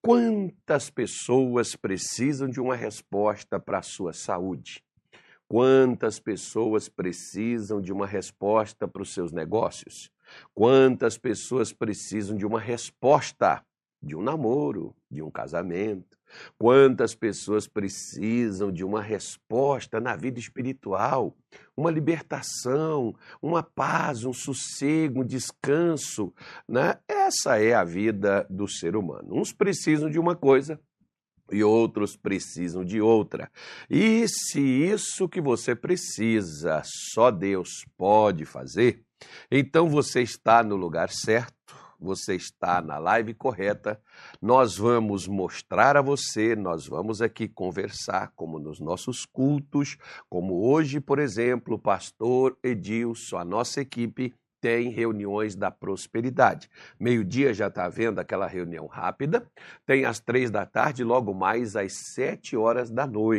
Quantas pessoas precisam de uma resposta para a sua saúde? Quantas pessoas precisam de uma resposta para os seus negócios? Quantas pessoas precisam de uma resposta de um namoro, de um casamento? Quantas pessoas precisam de uma resposta na vida espiritual? Uma libertação, uma paz, um sossego, um descanso, né? Essa é a vida do ser humano. Uns precisam de uma coisa e outros precisam de outra. E se isso que você precisa só Deus pode fazer, então você está no lugar certo, você está na live correta. Nós vamos mostrar a você, nós vamos aqui conversar, como nos nossos cultos, como hoje, por exemplo, o pastor Edilson, a nossa equipe, tem reuniões da prosperidade. Meio-dia já está havendo aquela reunião rápida, tem às 15h, logo mais às 19h.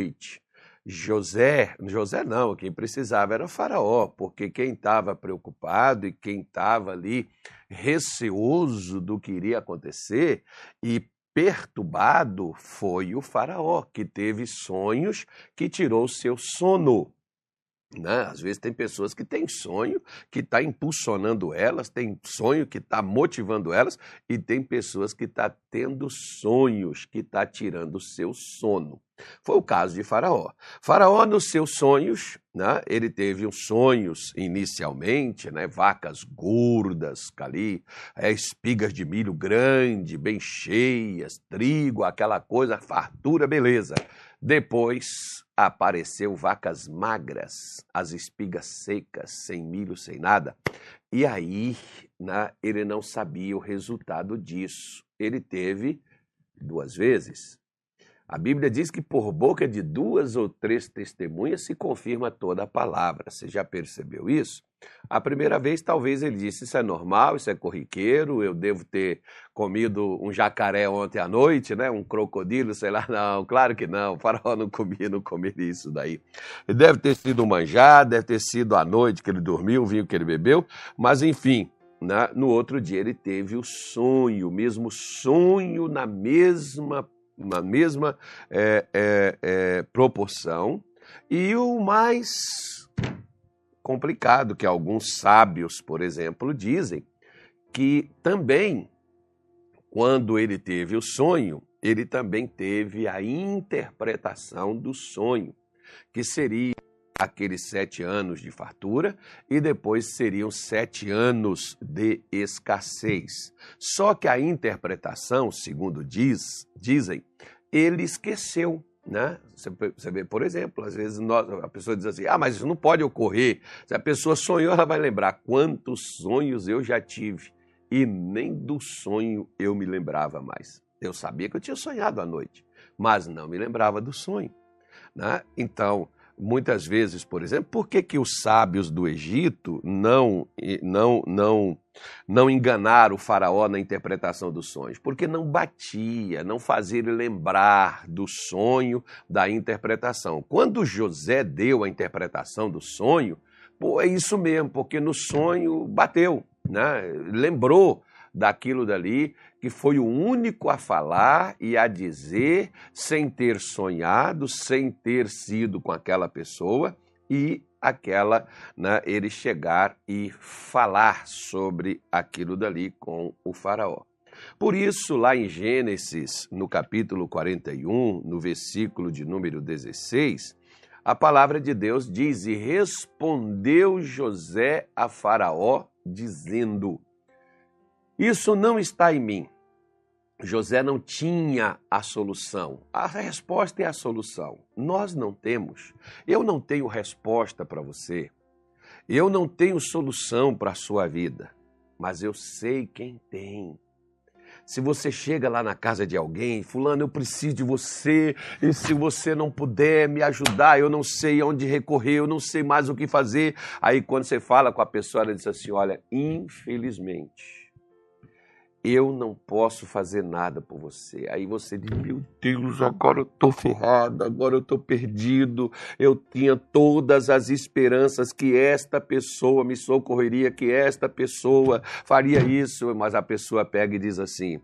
José não, quem precisava era o Faraó, porque quem estava preocupado e quem estava ali receoso do que iria acontecer e perturbado foi o Faraó, que teve sonhos que tirou o seu sono. Né? Às vezes tem pessoas que têm sonho que está impulsionando elas, tem sonho que está motivando elas e tem pessoas que estão tendo sonhos que está tirando o seu sono. Foi o caso de Faraó. Faraó, nos seus sonhos, né, ele teve uns sonhos inicialmente, né, vacas gordas ali, espigas de milho grande, bem cheias, trigo, aquela coisa, fartura, beleza. Depois apareceu vacas magras, as espigas secas, sem milho, sem nada. E aí, né, ele não sabia o resultado disso. Ele teve 2 vezes. A Bíblia diz que por boca de 2 ou 3 testemunhas se confirma toda a palavra. Você já percebeu isso? A primeira vez, talvez ele disse, isso é normal, isso é corriqueiro, eu devo ter comido um jacaré ontem à noite, né? Um crocodilo, sei lá. Não, claro que não, o Faraó não comeria isso daí. Deve ter sido um manjar, deve ter sido a noite que ele dormiu, o vinho que ele bebeu, mas enfim, né? No outro dia ele teve o sonho, o mesmo sonho na mesma proporção. E o mais complicado, que alguns sábios, por exemplo, dizem, que também, quando ele teve o sonho, ele também teve a interpretação do sonho, que seria aqueles 7 anos de fartura e depois seriam 7 anos de escassez. Só que a interpretação, segundo dizem, ele esqueceu, né? Você vê, por exemplo, às vezes a pessoa diz assim, mas isso não pode ocorrer. Se a pessoa sonhou, ela vai lembrar quantos sonhos eu já tive e nem do sonho eu me lembrava mais. Eu sabia que eu tinha sonhado à noite, mas não me lembrava do sonho, né? Então, muitas vezes, por exemplo, por que os sábios do Egito não enganaram o Faraó na interpretação dos sonhos? Porque não batia, não fazia ele lembrar do sonho, da interpretação. Quando José deu a interpretação do sonho, é isso mesmo, porque no sonho bateu, né? Lembrou daquilo dali, que foi o único a falar e a dizer, sem ter sonhado, sem ter sido com aquela pessoa, e né, ele chegar e falar sobre aquilo dali com o Faraó. Por isso, lá em Gênesis, no capítulo 41, no versículo de número 16, a palavra de Deus diz, e respondeu José a Faraó, dizendo, isso não está em mim. José não tinha a solução. A resposta é a solução. Nós não temos. Eu não tenho resposta para você. Eu não tenho solução para a sua vida. Mas eu sei quem tem. Se você chega lá na casa de alguém, fulano, eu preciso de você, e se você não puder me ajudar, eu não sei onde recorrer, eu não sei mais o que fazer. Aí quando você fala com a pessoa, ela diz assim, olha, infelizmente, eu não posso fazer nada por você. Aí você diz, meu Deus, agora eu estou ferrado, agora eu estou perdido. Eu tinha todas as esperanças que esta pessoa me socorreria, que esta pessoa faria isso. Mas a pessoa pega e diz assim,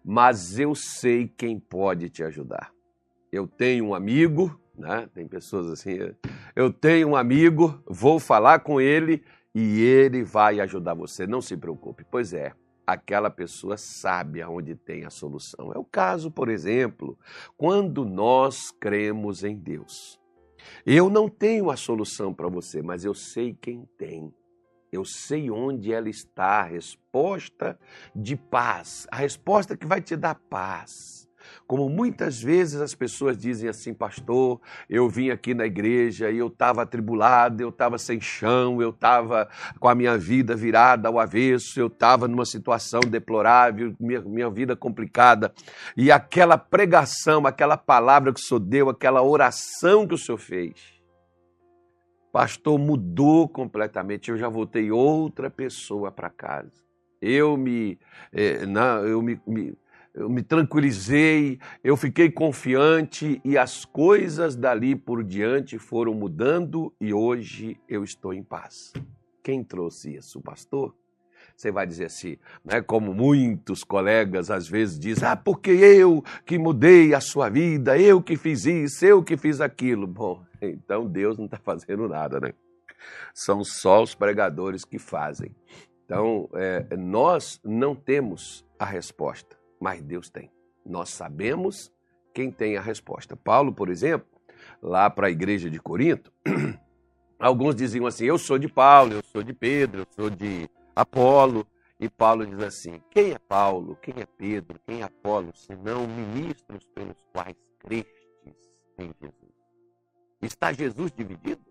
mas eu sei quem pode te ajudar. Eu tenho um amigo, né? Tem pessoas assim, eu tenho um amigo, vou falar com ele e ele vai ajudar você, não se preocupe. Pois é, aquela pessoa sabe aonde tem a solução. É o caso, por exemplo, quando nós cremos em Deus. Eu não tenho a solução para você, mas eu sei quem tem. Eu sei onde ela está, a resposta de paz, a resposta que vai te dar paz. Como muitas vezes as pessoas dizem assim, pastor, eu vim aqui na igreja e eu estava atribulado, eu estava sem chão, eu estava com a minha vida virada ao avesso, eu estava numa situação deplorável, minha vida complicada. E aquela pregação, aquela palavra que o senhor deu, aquela oração que o senhor fez, pastor, mudou completamente, eu já voltei outra pessoa para casa. Eu me tranquilizei, eu fiquei confiante e as coisas dali por diante foram mudando e hoje eu estou em paz. Quem trouxe isso, pastor? Você vai dizer assim, né? Como muitos colegas às vezes dizem, porque eu que mudei a sua vida, eu que fiz isso, eu que fiz aquilo. Bom, então Deus não está fazendo nada, né? São só os pregadores que fazem. Então, nós não temos a resposta, mas Deus tem. Nós sabemos quem tem a resposta. Paulo, por exemplo, lá para a igreja de Corinto, alguns diziam assim, eu sou de Paulo, eu sou de Pedro, eu sou de Apolo. E Paulo diz assim, quem é Paulo, quem é Pedro, quem é Apolo, senão ministros pelos quais crestes em Jesus? Está Jesus dividido?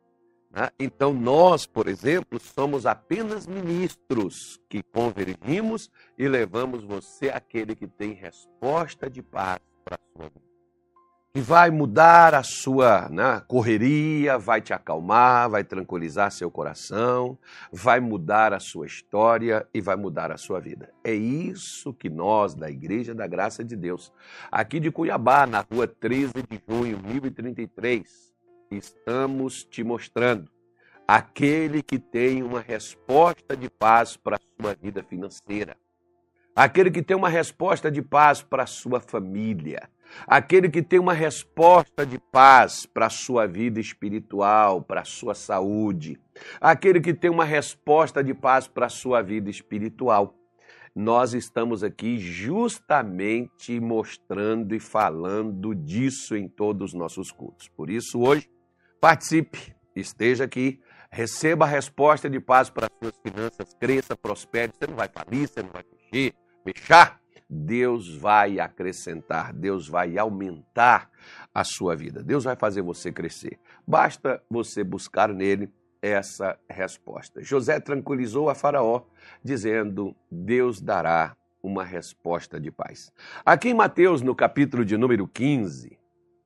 Então nós, por exemplo, somos apenas ministros que convergimos e levamos você àquele que tem resposta de paz para a sua vida. Que vai mudar a sua correria, vai te acalmar, vai tranquilizar seu coração, vai mudar a sua história e vai mudar a sua vida. É isso que nós, da Igreja da Graça de Deus, aqui de Cuiabá, na rua 13 de junho, 1033, estamos te mostrando. Aquele que tem uma resposta de paz para a sua vida financeira. Aquele que tem uma resposta de paz para a sua família. Aquele que tem uma resposta de paz para a sua vida espiritual, para a sua saúde. Aquele que tem uma resposta de paz para a sua vida espiritual. Nós estamos aqui justamente mostrando e falando disso em todos os nossos cultos. Por isso, hoje, participe, esteja aqui, receba a resposta de paz para as suas finanças, cresça, prospere, você não vai falir, você não vai fechar. Deus vai acrescentar, Deus vai aumentar a sua vida, Deus vai fazer você crescer. Basta você buscar nele essa resposta. José tranquilizou a Faraó, dizendo, Deus dará uma resposta de paz. Aqui em Mateus, no capítulo de número 15,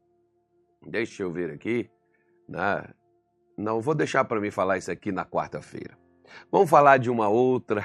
deixa eu ver aqui, não, vou deixar para mim falar isso aqui na quarta-feira. Vamos falar de uma outra...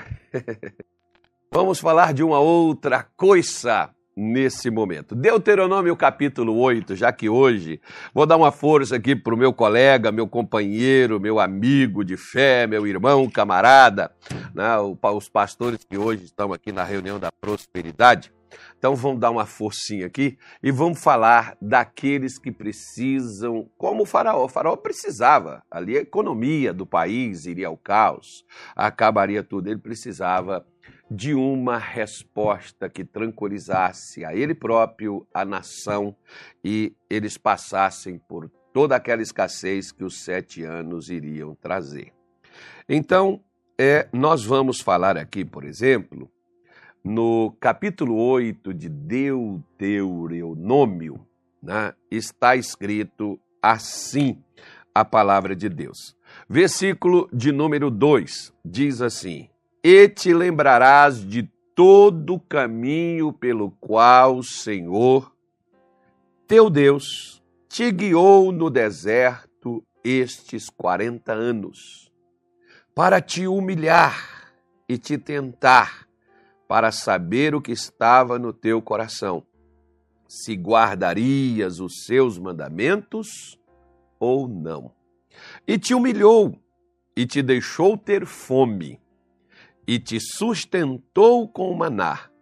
Vamos falar de uma outra coisa nesse momento. Deuteronômio capítulo 8, já que hoje vou dar uma força aqui para o meu colega, meu companheiro, meu amigo de fé, meu irmão, camarada, os pastores que hoje estão aqui na reunião da prosperidade. Então vamos dar uma forcinha aqui e vamos falar daqueles que precisam, como o Faraó. O Faraó precisava, ali a economia do país iria ao caos, acabaria tudo, ele precisava de uma resposta que tranquilizasse a ele próprio, a nação, e eles passassem por toda aquela escassez que os 7 anos iriam trazer. Então, nós vamos falar aqui, por exemplo, no capítulo 8 de Deuteronômio, está escrito assim a palavra de Deus. Versículo de número 2 diz assim, e te lembrarás de todo o caminho pelo qual o Senhor, teu Deus, te guiou no deserto estes 40 anos, para te humilhar e te tentar, para saber o que estava no teu coração, se guardarias os seus mandamentos ou não. E te humilhou e te deixou ter fome, e te sustentou com maná,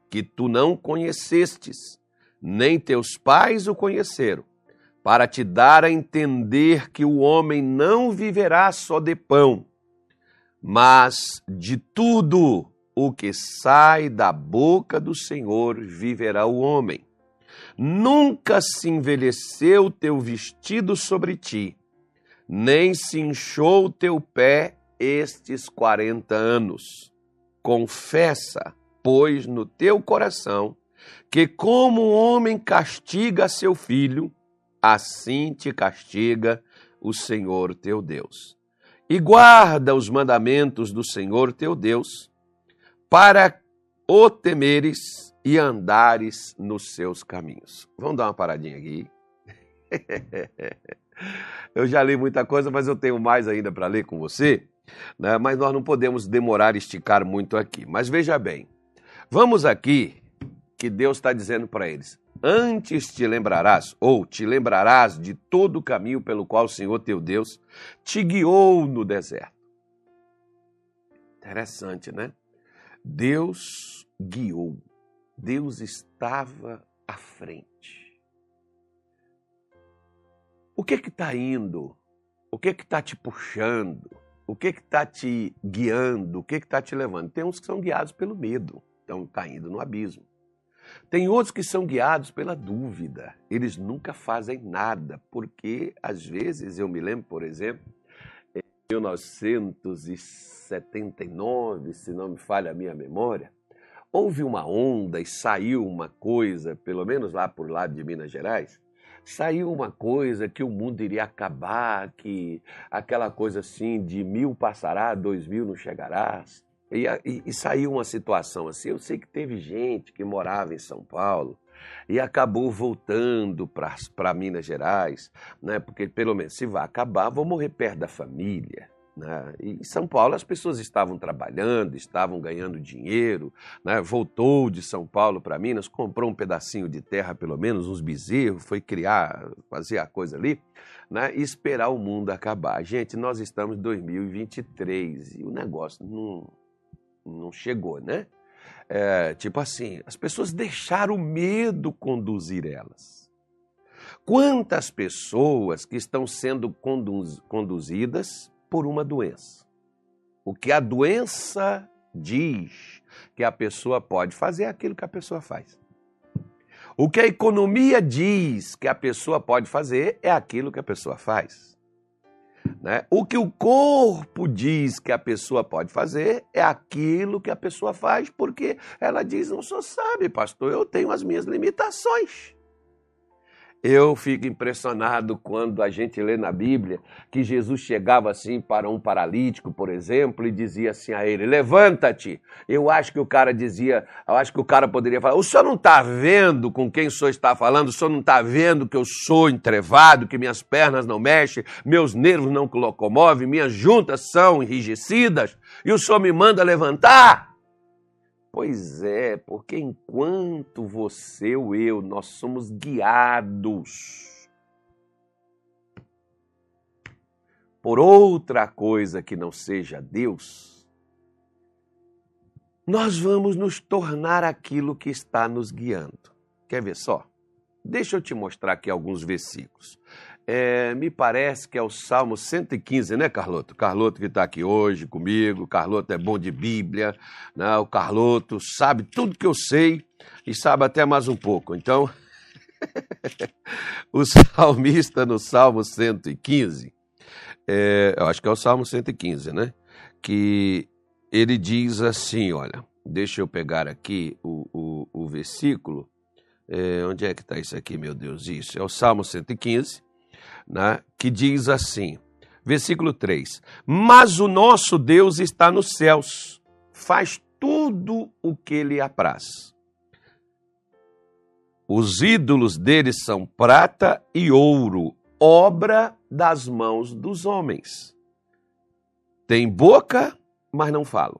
que tu não conhecestes, nem teus pais o conheceram, para te dar a entender que o homem não viverá só de pão, mas de tudo o que sai da boca do Senhor viverá o homem. Nunca se envelheceu teu vestido sobre ti, nem se inchou o teu pé estes 40 anos. Confessa, pois, no teu coração, que como um homem castiga seu filho, assim te castiga o Senhor teu Deus. E guarda os mandamentos do Senhor teu Deus, para o temeres e andares nos seus caminhos. Vamos dar uma paradinha aqui. Eu já li muita coisa, mas eu tenho mais ainda para ler com você, né? Mas nós não podemos demorar e esticar muito aqui. Mas veja bem, vamos aqui que Deus está dizendo para eles: antes te lembrarás, ou te lembrarás de todo o caminho pelo qual o Senhor teu Deus te guiou no deserto. Interessante, né? Deus guiou. Deus estava à frente. O que está indo? O que está te puxando? O que está te guiando? O que está te levando? Tem uns que são guiados pelo medo, estão caindo no abismo. Tem outros que são guiados pela dúvida. Eles nunca fazem nada, porque às vezes, eu me lembro, por exemplo, em 1979, se não me falha a minha memória, houve uma onda e saiu uma coisa, pelo menos lá por lado de Minas Gerais, saiu uma coisa que o mundo iria acabar, que aquela coisa assim de 1000 passará, 2000 não chegará. E saiu uma situação assim. Eu sei que teve gente que morava em São Paulo e acabou voltando para Minas Gerais, né? Porque pelo menos se vai acabar, vou morrer perto da família. Né? E em São Paulo as pessoas estavam trabalhando, estavam ganhando dinheiro, né? Voltou de São Paulo para Minas, comprou um pedacinho de terra, pelo menos uns bezerros, foi criar, fazer a coisa ali, né? E esperar o mundo acabar. Gente, nós estamos em 2023 e o negócio não chegou, né? Tipo assim, as pessoas deixaram o medo conduzir elas. Quantas pessoas que estão sendo conduzidas por uma doença? O que a doença diz que a pessoa pode fazer é aquilo que a pessoa faz. O que a economia diz que a pessoa pode fazer é aquilo que a pessoa faz. Né? O que o corpo diz que a pessoa pode fazer é aquilo que a pessoa faz, porque ela diz: não, o senhor sabe, pastor, eu tenho as minhas limitações. Eu fico impressionado quando a gente lê na Bíblia que Jesus chegava assim para um paralítico, por exemplo, e dizia assim a ele: levanta-te. Eu acho que o cara poderia falar: o senhor não está vendo com quem o senhor está falando? O senhor não está vendo que eu sou entrevado, que minhas pernas não mexem, meus nervos não locomovem, minhas juntas são enrijecidas, e o senhor me manda levantar? Pois é, porque enquanto você ou eu, nós somos guiados por outra coisa que não seja Deus, nós vamos nos tornar aquilo que está nos guiando. Quer ver só? Deixa eu te mostrar aqui alguns versículos. Me parece que é o Salmo 115, né, Carloto? Carloto que está aqui hoje comigo. Carloto é bom de Bíblia, né? O Carloto sabe tudo que eu sei e sabe até mais um pouco. Então, o salmista no Salmo 115, eu acho que é o Salmo 115, né? Que ele diz assim, olha, deixa eu pegar aqui o versículo. Onde é que está isso aqui, meu Deus? Isso, é o Salmo 115. Né, que diz assim, versículo 3, mas o nosso Deus está nos céus, faz tudo o que lhe apraz. Os ídolos dele são prata e ouro, obra das mãos dos homens. Tem boca, mas não falam.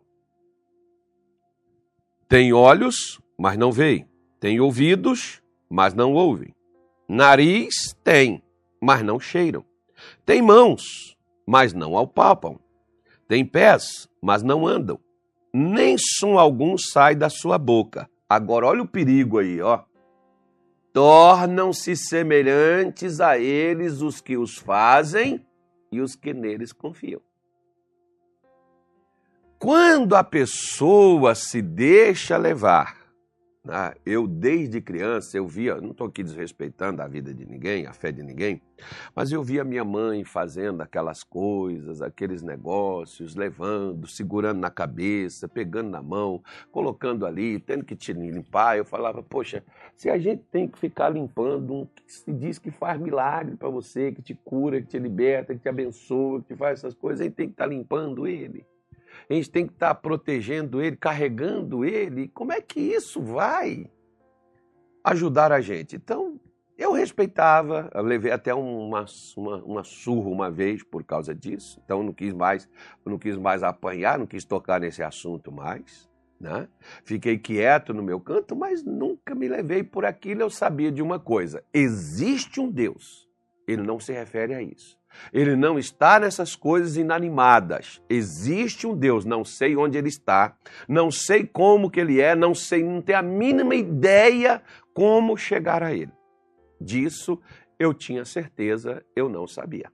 Tem olhos, mas não veem. Tem ouvidos, mas não ouvem. Nariz tem, mas não cheiram. Tem mãos, mas não apalpam. Tem pés, mas não andam. Nem som algum sai da sua boca. Agora, olha o perigo aí, ó. Tornam-se semelhantes a eles os que os fazem e os que neles confiam. Quando a pessoa se deixa levar, né? Eu desde criança, eu via, não estou aqui desrespeitando a vida de ninguém, a fé de ninguém, mas eu via minha mãe fazendo aquelas coisas, aqueles negócios, levando, segurando na cabeça, pegando na mão, colocando ali, tendo que te limpar. Eu falava, poxa, se a gente tem que ficar limpando um que se diz que faz milagre para você, que te cura, que te liberta, que te abençoa, que te faz essas coisas, a gente tem que estar limpando ele. A gente tem que estar protegendo ele, carregando ele. Como é que isso vai ajudar a gente? Então, eu respeitava, eu levei até uma surra uma vez por causa disso. Então, não quis mais apanhar, não quis tocar nesse assunto mais, né? Fiquei quieto no meu canto, mas nunca me levei por aquilo. Eu sabia de uma coisa: existe um Deus. Ele não se refere a isso. Ele não está nessas coisas inanimadas. Existe um Deus, não sei onde ele está, não sei como que ele é, não tenho a mínima ideia como chegar a ele. Disso eu tinha certeza, eu não sabia.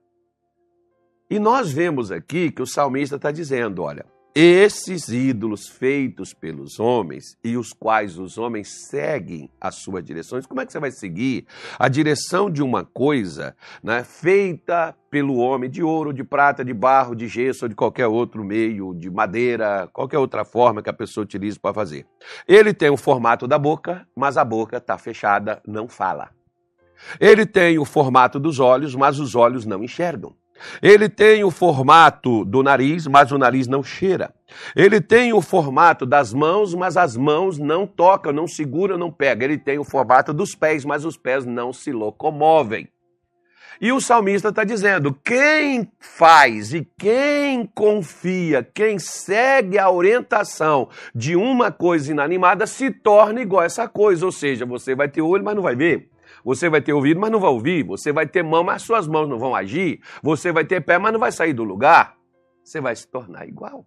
E nós vemos aqui que o salmista está dizendo, olha, esses ídolos feitos pelos homens e os quais os homens seguem as suas direções, como é que você vai seguir a direção de uma coisa, né, feita pelo homem de ouro, de prata, de barro, de gesso ou de qualquer outro meio, de madeira, qualquer outra forma que a pessoa utilize para fazer? Ele tem o formato da boca, mas a boca está fechada, não fala. Ele tem o formato dos olhos, mas os olhos não enxergam. Ele tem o formato do nariz, mas o nariz não cheira. Ele tem o formato das mãos, mas as mãos não tocam, não seguram, não pegam. Ele tem o formato dos pés, mas os pés não se locomovem. E o salmista está dizendo, quem faz e quem confia, quem segue a orientação de uma coisa inanimada se torna igual a essa coisa. Ou seja, você vai ter olho, mas não vai ver. Você vai ter ouvido, mas não vai ouvir. Você vai ter mão, mas suas mãos não vão agir. Você vai ter pé, mas não vai sair do lugar. Você vai se tornar igual.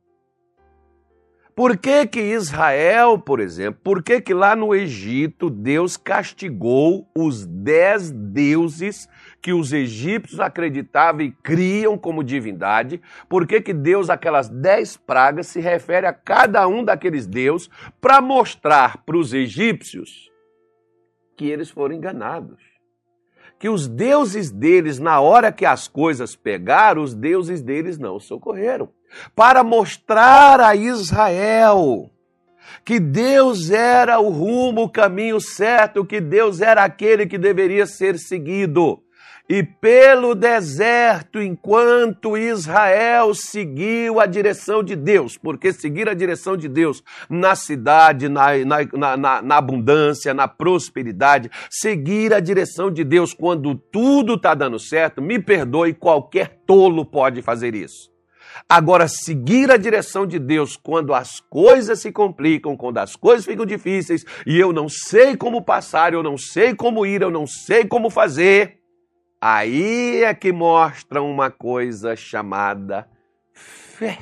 Por que que Israel, por exemplo, por que que lá no Egito Deus castigou os 10 deuses que os egípcios acreditavam e criam como divindade? Por que que Deus, aquelas 10 pragas, se refere a cada um daqueles deuses para mostrar para os egípcios que eles foram enganados? Que os deuses deles, na hora que as coisas pegaram, os deuses deles não socorreram. Para mostrar a Israel que Deus era o rumo, o caminho certo, que Deus era aquele que deveria ser seguido. E pelo deserto, enquanto Israel seguiu a direção de Deus, porque seguir a direção de Deus na cidade, na abundância, na prosperidade, seguir a direção de Deus quando tudo está dando certo, me perdoe, qualquer tolo pode fazer isso. Agora, seguir a direção de Deus quando as coisas se complicam, quando as coisas ficam difíceis, e eu não sei como passar, eu não sei como ir, eu não sei como fazer, aí é que mostra uma coisa chamada fé,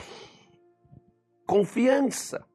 confiança.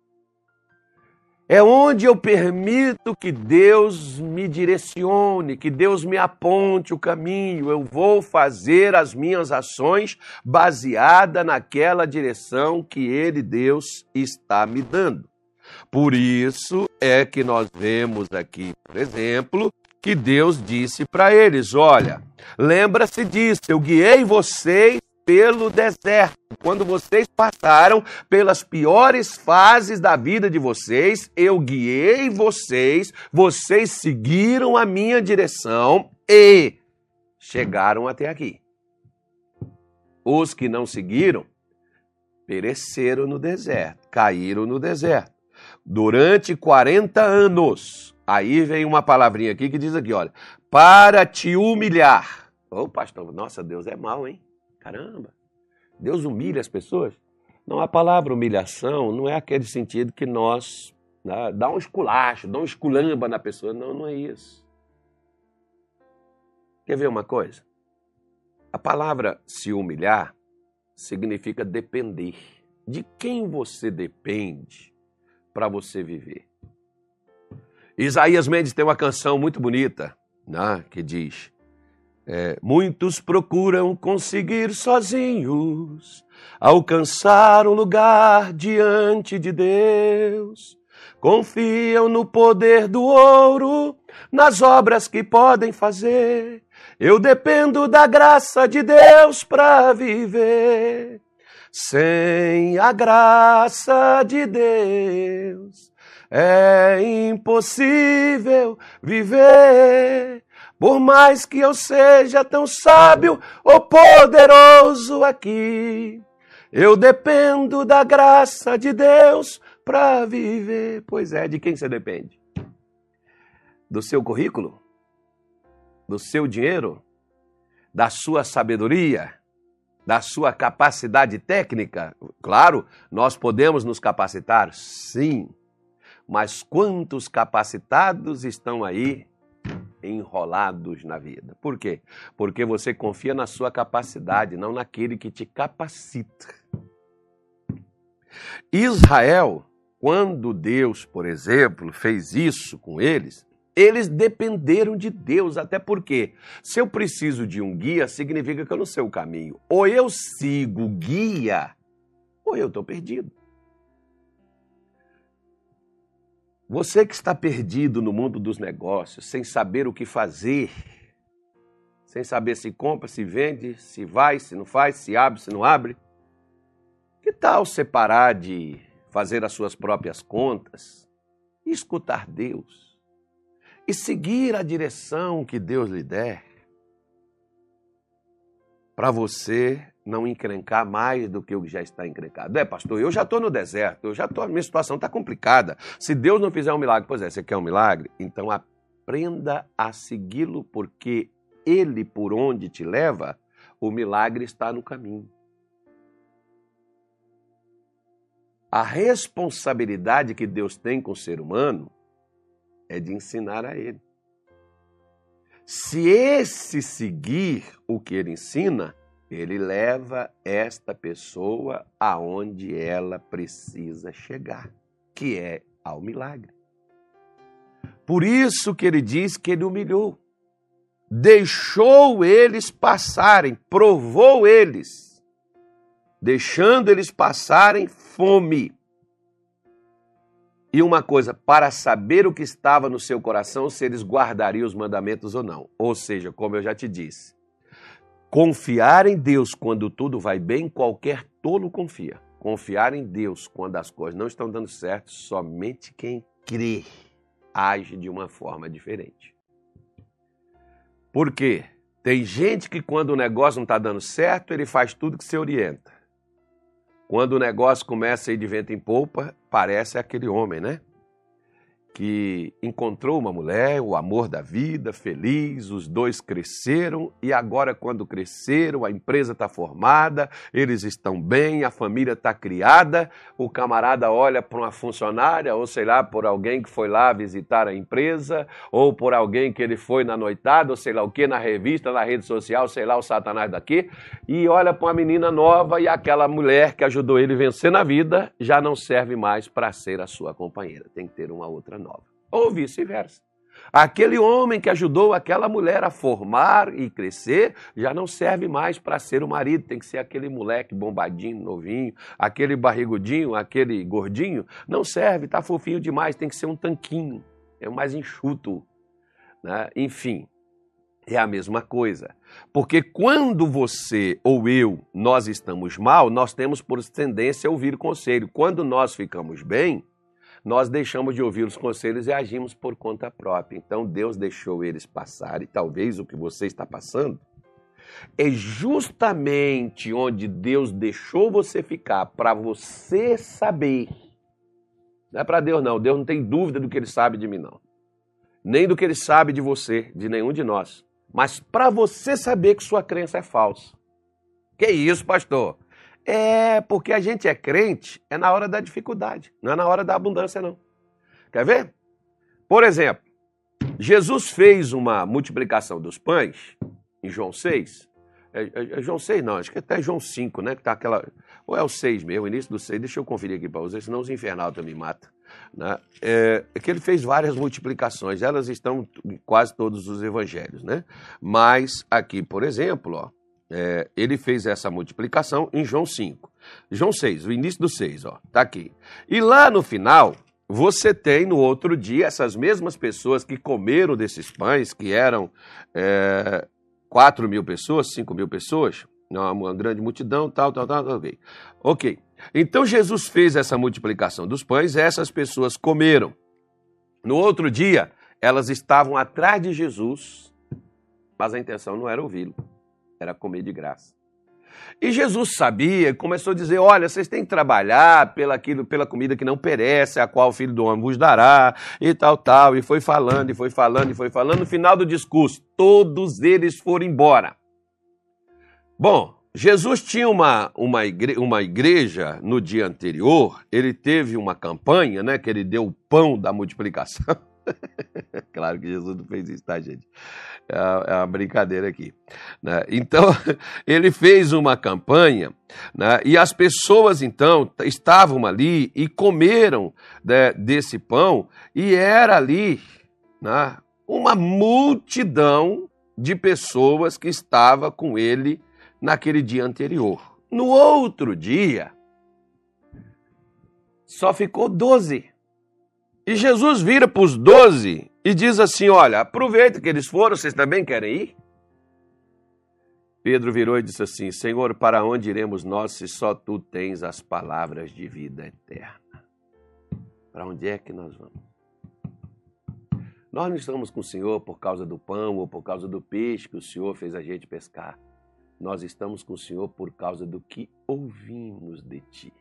É onde eu permito que Deus me direcione, que Deus me aponte o caminho. Eu vou fazer as minhas ações baseada naquela direção que Ele, Deus, está me dando. Por isso é que nós vemos aqui, por exemplo, que Deus disse para eles, olha, lembra-se disso, eu guiei vocês pelo deserto. Quando vocês passaram pelas piores fases da vida de vocês, eu guiei vocês, vocês seguiram a minha direção e chegaram até aqui. Os que não seguiram, pereceram no deserto, caíram no deserto. Durante 40 anos, aí vem uma palavrinha aqui que diz aqui, olha, para te humilhar. Ô pastor, nossa, Deus é mau, hein? Caramba, Deus humilha as pessoas? Não, a palavra humilhação não é aquele sentido que nós dá um esculacho, dá um esculamba na pessoa. Não, não é isso. Quer ver uma coisa? A palavra se humilhar significa depender. De quem você depende para você viver? Isaías Mendes tem uma canção muito bonita, né, que diz: muitos procuram conseguir sozinhos alcançar um lugar diante de Deus. Confiam no poder do ouro, nas obras que podem fazer. Eu dependo da graça de Deus para viver. Sem a graça de Deus é impossível viver. Por mais que eu seja tão sábio ou poderoso aqui, eu dependo da graça de Deus para viver. Pois é, de quem você depende? Do seu currículo? Do seu dinheiro? Da sua sabedoria? Da sua capacidade técnica? Claro, nós podemos nos capacitar, sim. Mas quantos capacitados estão aí enrolados na vida? Por quê? Porque você confia na sua capacidade, não naquele que te capacita. Israel, quando Deus, por exemplo, fez isso com eles dependeram de Deus, até porque se eu preciso de um guia, significa que eu não sei o caminho. Ou eu sigo o guia, ou eu estou perdido. Você que está perdido no mundo dos negócios, sem saber o que fazer, sem saber se compra, se vende, se vai, se não faz, se abre, se não abre, que tal você parar de fazer as suas próprias contas e escutar Deus? E seguir a direção que Deus lhe der, para você não encrencar mais do que o que já está encrencado. Pastor, eu já estou no deserto, minha situação está complicada. Se Deus não fizer um milagre, pois é, você quer um milagre? Então aprenda a segui-lo, porque Ele, por onde te leva, o milagre está no caminho. A responsabilidade que Deus tem com o ser humano é de ensinar a ele. Se esse seguir o que ele ensina, ele leva esta pessoa aonde ela precisa chegar, que é ao milagre. Por isso que ele diz que ele humilhou. Deixou eles passarem, provou eles, deixando eles passarem fome. E uma coisa, para saber o que estava no seu coração, se eles guardariam os mandamentos ou não. Ou seja, como eu já te disse, confiar em Deus quando tudo vai bem, qualquer tolo confia. Confiar em Deus quando as coisas não estão dando certo, somente quem crê age de uma forma diferente. Por quê? Tem gente que quando o negócio não está dando certo, ele faz tudo que se orienta. Quando o negócio começa a ir de vento em popa, parece aquele homem, né? Que encontrou uma mulher, o amor da vida, feliz, os dois cresceram e agora quando cresceram, a empresa está formada, eles estão bem, a família está criada, o camarada olha para uma funcionária ou sei lá, por alguém que foi lá visitar a empresa ou por alguém que ele foi na noitada ou sei lá o que, na revista, na rede social, sei lá o satanás daqui, e olha para uma menina nova e aquela mulher que ajudou ele a vencer na vida já não serve mais para ser a sua companheira, tem que ter uma outra nova. Ou vice-versa. Aquele homem que ajudou aquela mulher a formar e crescer já não serve mais para ser o marido, tem que ser aquele moleque bombadinho, novinho, aquele barrigudinho, aquele gordinho, não serve, tá fofinho demais, tem que ser um tanquinho, é o mais enxuto, né? Enfim, é a mesma coisa. Porque quando você ou eu, nós estamos mal, nós temos por tendência a ouvir conselho. Quando nós ficamos bem, nós deixamos de ouvir os conselhos e agimos por conta própria. Então Deus deixou eles passarem, talvez o que você está passando é justamente onde Deus deixou você ficar, para você saber. Não é para Deus não, Deus não tem dúvida do que Ele sabe de mim não. Nem do que Ele sabe de você, de nenhum de nós. Mas para você saber que sua crença é falsa. Que isso, pastor? É porque a gente é crente, é na hora da dificuldade, não é na hora da abundância, não. Quer ver? Por exemplo, Jesus fez uma multiplicação dos pães em João 6. João 6 não, acho que até João 5, né? Que tá aquela, ou é o 6 mesmo, o início do 6. Deixa eu conferir aqui para você, senão os infernal também matam. né, é que ele fez várias multiplicações, elas estão em quase todos os evangelhos, né? Mas aqui, por exemplo, ó, ele fez essa multiplicação em João 5. João 6, o início do 6, ó, tá aqui. E lá no final, você tem no outro dia essas mesmas pessoas que comeram desses pães, que eram 4.000 pessoas, 5.000 pessoas, uma grande multidão, tal, ok. Ok. Então Jesus fez essa multiplicação dos pães, essas pessoas comeram. No outro dia, elas estavam atrás de Jesus, mas a intenção não era ouvi-lo, era comer de graça. E Jesus sabia, começou a dizer, olha, vocês têm que trabalhar pela comida que não perece, a qual o Filho do Homem vos dará, e tal, e foi falando, e foi falando, e foi falando. No final do discurso, todos eles foram embora. Bom, Jesus tinha uma igreja no dia anterior, ele teve uma campanha, né, que ele deu o pão da multiplicação. Claro que Jesus não fez isso, tá, gente? É uma brincadeira aqui, né? Então, ele fez uma campanha, né, e as pessoas, então, estavam ali e comeram, né, desse pão, e era ali, né, uma multidão de pessoas que estava com ele naquele dia anterior. No outro dia, só ficou 12. E Jesus vira para os 12 e diz assim, olha, aproveita que eles foram, vocês também querem ir? Pedro virou e disse assim, Senhor, para onde iremos nós se só tu tens as palavras de vida eterna? Para onde é que nós vamos? Nós não estamos com o Senhor por causa do pão ou por causa do peixe que o Senhor fez a gente pescar. Nós estamos com o Senhor por causa do que ouvimos de ti.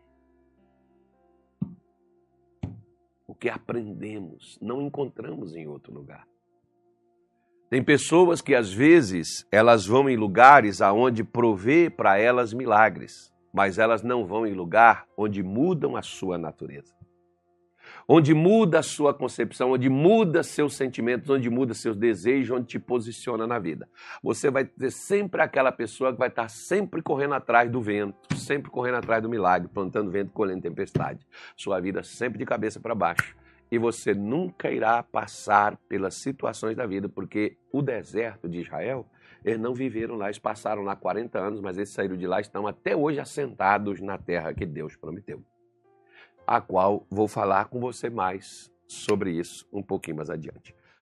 O que aprendemos, não encontramos em outro lugar. Tem pessoas que às vezes elas vão em lugares aonde provê para elas milagres, mas elas não vão em lugar onde mudam a sua natureza. Onde muda a sua concepção, onde muda seus sentimentos, onde muda seus desejos, onde te posiciona na vida. Você vai ter sempre aquela pessoa que vai estar sempre correndo atrás do vento, sempre correndo atrás do milagre, plantando vento, colhendo tempestade. Sua vida sempre de cabeça para baixo. E você nunca irá passar pelas situações da vida, porque o deserto de Israel, eles não viveram lá, eles passaram lá 40 anos, mas eles saíram de lá e estão até hoje assentados na terra que Deus prometeu. A qual vou falar com você mais sobre isso um pouquinho mais adiante.